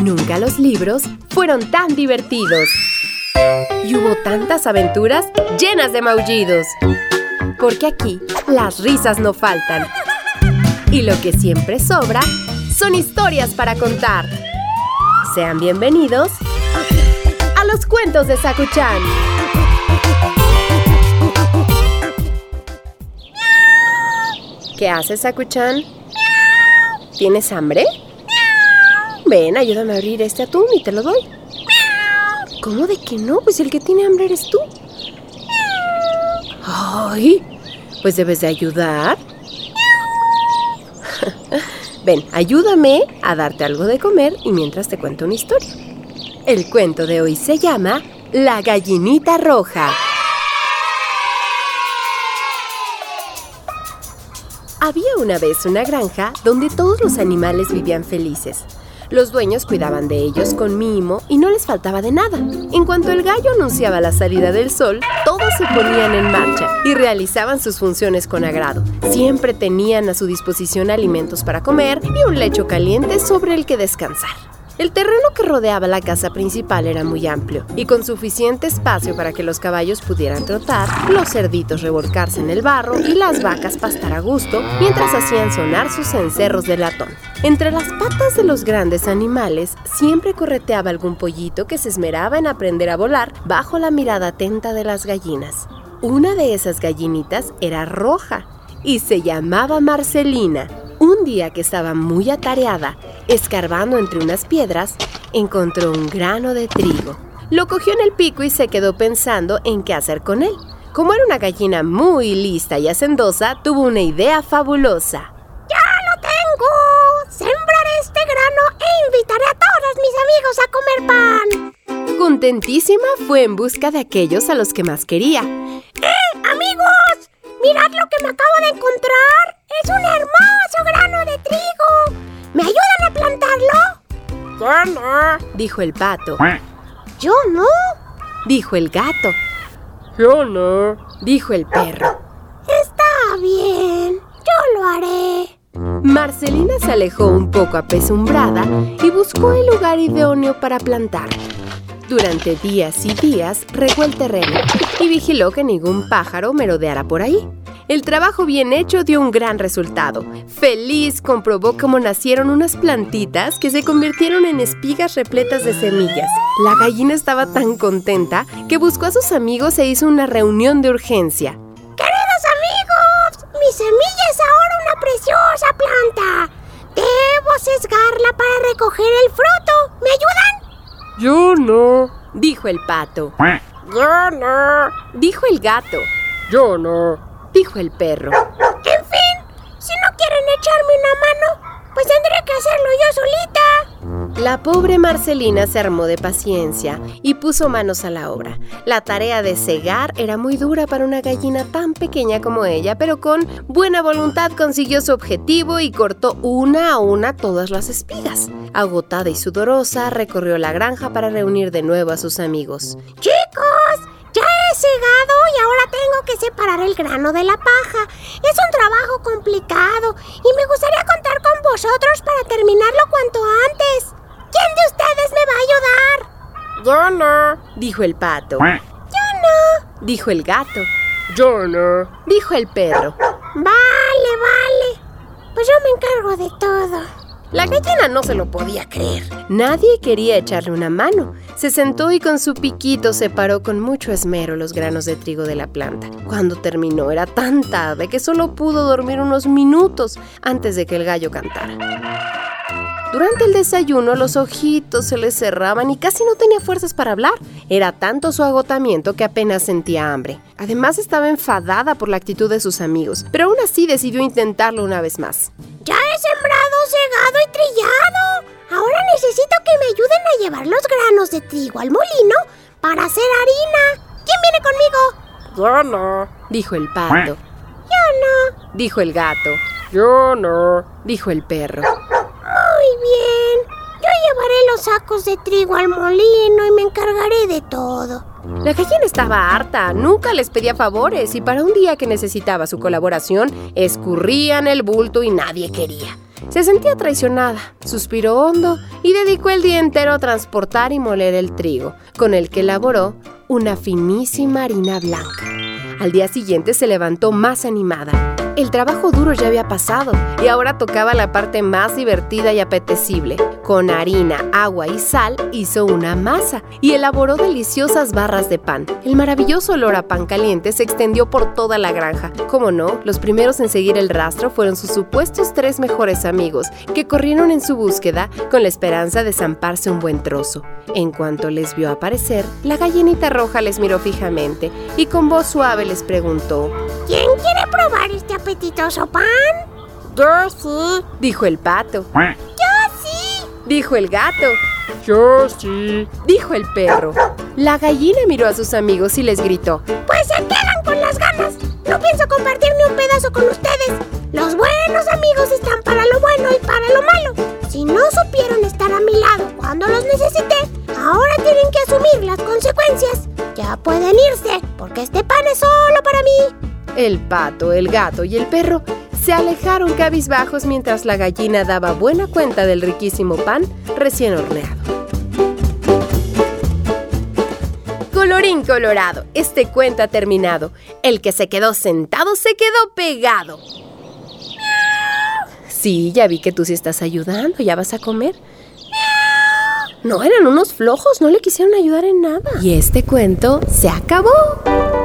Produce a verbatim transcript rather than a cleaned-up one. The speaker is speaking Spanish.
Nunca los libros fueron tan divertidos. Y hubo tantas aventuras llenas de maullidos. Porque aquí las risas no faltan. Y lo que siempre sobra son historias para contar. Sean bienvenidos a los cuentos de Saku-chan. ¿Qué haces, Saku-chan? ¿Tienes hambre? Ven, ayúdame a abrir este atún y te lo doy. ¿Cómo de que no? Pues el que tiene hambre eres tú. Ay, pues debes de ayudar. Ven, ayúdame a darte algo de comer y mientras te cuento una historia. El cuento de hoy se llama La gallinita roja. Había una vez una granja donde todos los animales vivían felices. Los dueños cuidaban de ellos con mimo y no les faltaba de nada. En cuanto el gallo anunciaba la salida del sol, todos se ponían en marcha y realizaban sus funciones con agrado. Siempre tenían a su disposición alimentos para comer y un lecho caliente sobre el que descansar. El terreno que rodeaba la casa principal era muy amplio y con suficiente espacio para que los caballos pudieran trotar, los cerditos revolcarse en el barro y las vacas pastar a gusto mientras hacían sonar sus cencerros de latón. Entre las patas de los grandes animales siempre correteaba algún pollito que se esmeraba en aprender a volar bajo la mirada atenta de las gallinas. Una de esas gallinitas era roja y se llamaba Marcelina. Un día que estaba muy atareada, escarbando entre unas piedras, encontró un grano de trigo. Lo cogió en el pico y se quedó pensando en qué hacer con él. Como era una gallina muy lista y hacendosa, tuvo una idea fabulosa. ¡Ya lo tengo! Sembraré este grano e invitaré a todos mis amigos a comer pan. Contentísima, fue en busca de aquellos a los que más quería. ¡Eh, amigos! ¡Mirad lo que me acabo de encontrar! ¡Es un hermoso grano de trigo! ¿Me ayudan a plantarlo? Yo no, dijo el pato. Yo no, dijo el gato. Yo no, dijo el perro. Está bien, yo lo haré. Marcelina se alejó un poco apesumbrada y buscó el lugar idóneo para plantar. Durante días y días regó el terreno y vigiló que ningún pájaro merodeara por ahí. El trabajo bien hecho dio un gran resultado. Feliz comprobó cómo nacieron unas plantitas que se convirtieron en espigas repletas de semillas. La gallina estaba tan contenta que buscó a sus amigos e hizo una reunión de urgencia. ¡Queridos amigos! ¡Mi semilla es ahora una preciosa planta! ¡Debo sesgarla para recoger el fruto! ¿Me ayudan? Yo no, dijo el pato. Yo no, dijo el gato. Yo no, dijo el perro. En fin, si no quieren echarme una mano, pues tendré que hacerlo yo solita. La pobre Marcelina se armó de paciencia y puso manos a la obra. La tarea de segar era muy dura para una gallina tan pequeña como ella, pero con buena voluntad consiguió su objetivo y cortó una a una todas las espigas. Agotada y sudorosa, recorrió la granja para reunir de nuevo a sus amigos. ¡Chicos! Ya he segado y ahora tengo que separar el grano de la paja. Es un trabajo complicado y me gustaría contar con vosotros para terminarlo cuanto antes. ¿Quién de ustedes me va a ayudar? Yo no, dijo el pato. Yo no, dijo el gato. Yo no, dijo el perro. Vale, vale. Pues yo me encargo de todo. La gallina no se lo podía creer. Nadie quería echarle una mano. Se sentó y con su piquito separó con mucho esmero los granos de trigo de la planta. Cuando terminó era tan tarde que solo pudo dormir unos minutos antes de que el gallo cantara. Durante el desayuno los ojitos se le cerraban y casi no tenía fuerzas para hablar. Era tanto su agotamiento que apenas sentía hambre. Además estaba enfadada por la actitud de sus amigos, pero aún así decidió intentarlo una vez más. ¡Ya he sembrado, segado y trillado! Ahora necesito que me ayuden a llevar los granos de trigo al molino para hacer harina. ¿Quién viene conmigo? Yo no, dijo el pato. Yo no, dijo el gato. Yo no, dijo el perro. Muy bien, yo llevaré los sacos de trigo al molino y me encargaré de todo. La gallina estaba harta, nunca les pedía favores y para un día que necesitaba su colaboración, escurrían el bulto y nadie quería. Se sentía traicionada, suspiró hondo y dedicó el día entero a transportar y moler el trigo, con el que elaboró una finísima harina blanca. Al día siguiente se levantó más animada. El trabajo duro ya había pasado y ahora tocaba la parte más divertida y apetecible. Con harina, agua y sal hizo una masa y elaboró deliciosas barras de pan. El maravilloso olor a pan caliente se extendió por toda la granja. Como no, los primeros en seguir el rastro fueron sus supuestos tres mejores amigos, que corrieron en su búsqueda con la esperanza de zamparse un buen trozo. En cuanto les vio aparecer, la gallinita roja les miró fijamente y con voz suave les preguntó: ¿Quién quiere probar este apetitoso pan? Yo sí, dijo el pato. Yo sí, dijo el gato. Yo sí, dijo el perro. La gallina miró a sus amigos y les gritó: pues se quedan con las ganas. No pienso compartir ni un pedazo con ustedes. Los buenos amigos están para lo bueno y para lo malo. Si no supieron estar a mi lado cuando los necesité, ahora tienen que asumir las consecuencias. Ya pueden irse, porque este pan es solo para mí. El pato, el gato y el perro se alejaron cabizbajos mientras la gallina daba buena cuenta del riquísimo pan recién horneado. Colorín colorado, este cuento ha terminado. El que se quedó sentado se quedó pegado. Sí, ya vi que tú sí estás ayudando. ¿Ya vas a comer? No, eran unos flojos, no le quisieron ayudar en nada. Y este cuento se acabó.